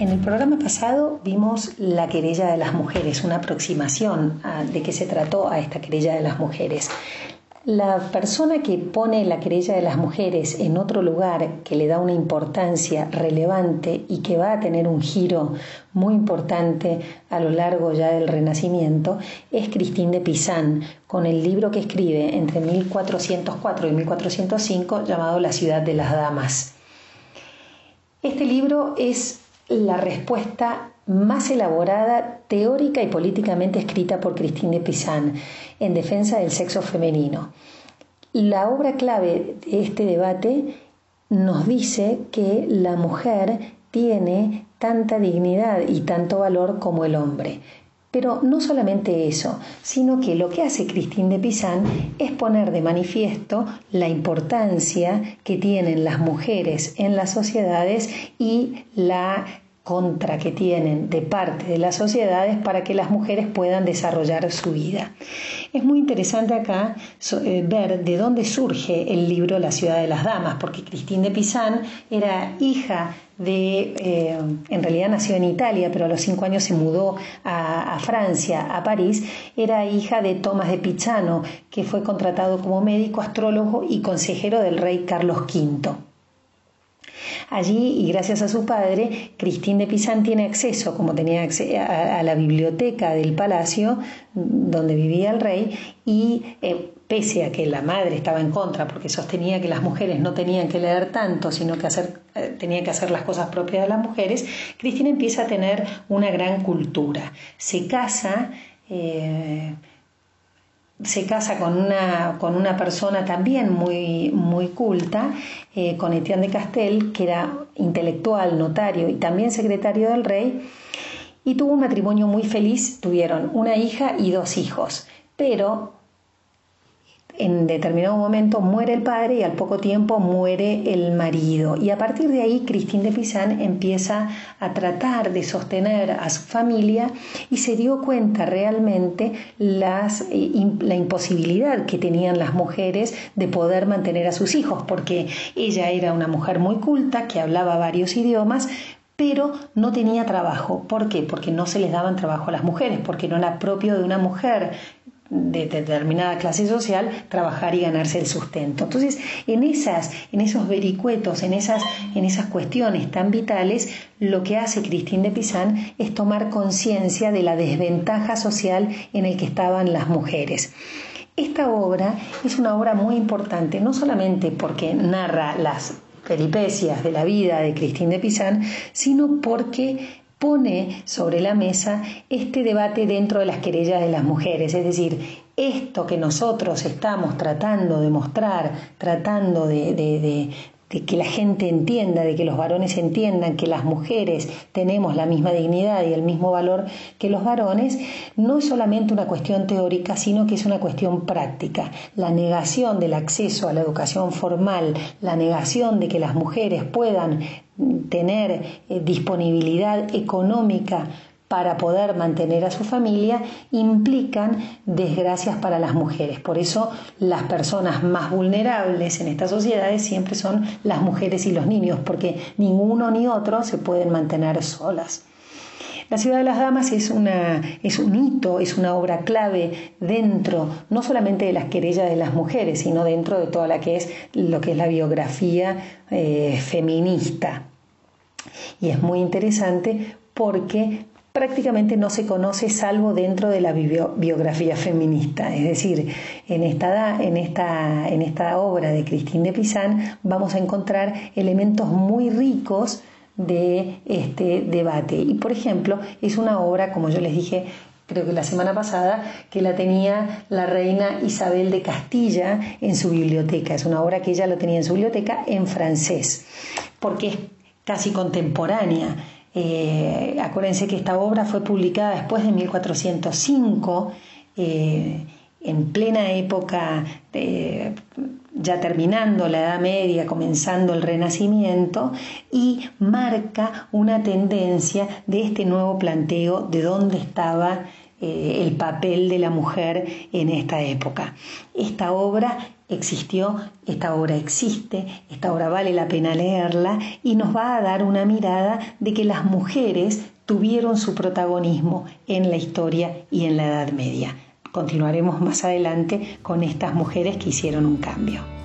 En el programa pasado vimos la querella de las mujeres, una aproximación de qué se trató a esta querella de las mujeres. La persona que pone la querella de las mujeres en otro lugar, que le da una importancia relevante y que va a tener un giro muy importante a lo largo ya del Renacimiento, es Christine de Pisan, con el libro que escribe entre 1404 y 1405 llamado La ciudad de las damas. Este libro es la respuesta más elaborada, teórica y políticamente escrita por Christine de Pisan en defensa del sexo femenino. La obra clave de este debate nos dice que la mujer tiene tanta dignidad y tanto valor como el hombre. Pero no solamente eso, sino que lo que hace Christine de Pisan es poner de manifiesto la importancia que tienen las mujeres en las sociedades y la contra que tienen de parte de las sociedades para que las mujeres puedan desarrollar su vida. Es muy interesante acá ver de dónde surge el libro La ciudad de las damas, porque Christine de Pisan era hija en realidad nació en Italia, pero a los 5 años se mudó a Francia, a París. Era hija de Tomás de Pizzano, que fue contratado como médico, astrólogo y consejero del rey Carlos V. Allí, y gracias a su padre, Christine de Pisan tiene acceso, como tenía acceso a la biblioteca del palacio donde vivía el rey, y pese a que la madre estaba en contra porque sostenía que las mujeres no tenían que leer tanto, sino que tenían que hacer las cosas propias de las mujeres, Christine empieza a tener una gran cultura. Se casa con una persona también muy, muy culta, con Etienne de Castel, que era intelectual, notario y también secretario del rey, y tuvo un matrimonio muy feliz. Tuvieron una hija y 2 hijos, pero en determinado momento muere el padre y al poco tiempo muere el marido, y a partir de ahí Christine de Pisan empieza a tratar de sostener a su familia y se dio cuenta realmente la imposibilidad que tenían las mujeres de poder mantener a sus hijos, porque ella era una mujer muy culta que hablaba varios idiomas, pero no tenía trabajo. ¿Por qué? Porque no se les daban trabajo a las mujeres, porque no era propio de una mujer de determinada clase social trabajar y ganarse el sustento. Entonces, en esos vericuetos, en esas cuestiones tan vitales, lo que hace Christine de Pisan es tomar conciencia de la desventaja social en el que estaban las mujeres. Esta obra es una obra muy importante, no solamente porque narra las peripecias de la vida de Christine de Pisan, sino porque pone sobre la mesa este debate dentro de las querellas de las mujeres, es decir, esto que nosotros estamos tratando de mostrar, tratando de que la gente entienda, de que los varones entiendan que las mujeres tenemos la misma dignidad y el mismo valor que los varones, no es solamente una cuestión teórica, sino que es una cuestión práctica. La negación del acceso a la educación formal, la negación de que las mujeres puedan tener disponibilidad económica para poder mantener a su familia, implican desgracias para las mujeres. Por eso las personas más vulnerables en estas sociedades siempre son las mujeres y los niños, porque ninguno ni otro se pueden mantener solas. La ciudad de las damas es un hito, es una obra clave dentro, no solamente de las querellas de las mujeres, sino dentro de toda lo que es la biografía feminista. Y es muy interesante porque prácticamente no se conoce salvo dentro de la biografía feminista. Es decir, en esta obra de Christine de Pisan vamos a encontrar elementos muy ricos de este debate. Y por ejemplo, es una obra, como yo les dije, creo que la semana pasada, que la tenía la reina Isabel de Castilla en su biblioteca. Es una obra que ella lo tenía en su biblioteca en francés, porque es casi contemporánea. Acuérdense que esta obra fue publicada después de 1405, en plena época, ya terminando la Edad Media, comenzando el Renacimiento, y marca una tendencia de este nuevo planteo de dónde estaba el papel de la mujer en esta época. Esta obra existió, esta obra existe, esta obra vale la pena leerla y nos va a dar una mirada de que las mujeres tuvieron su protagonismo en la historia y en la Edad Media. Continuaremos más adelante con estas mujeres que hicieron un cambio.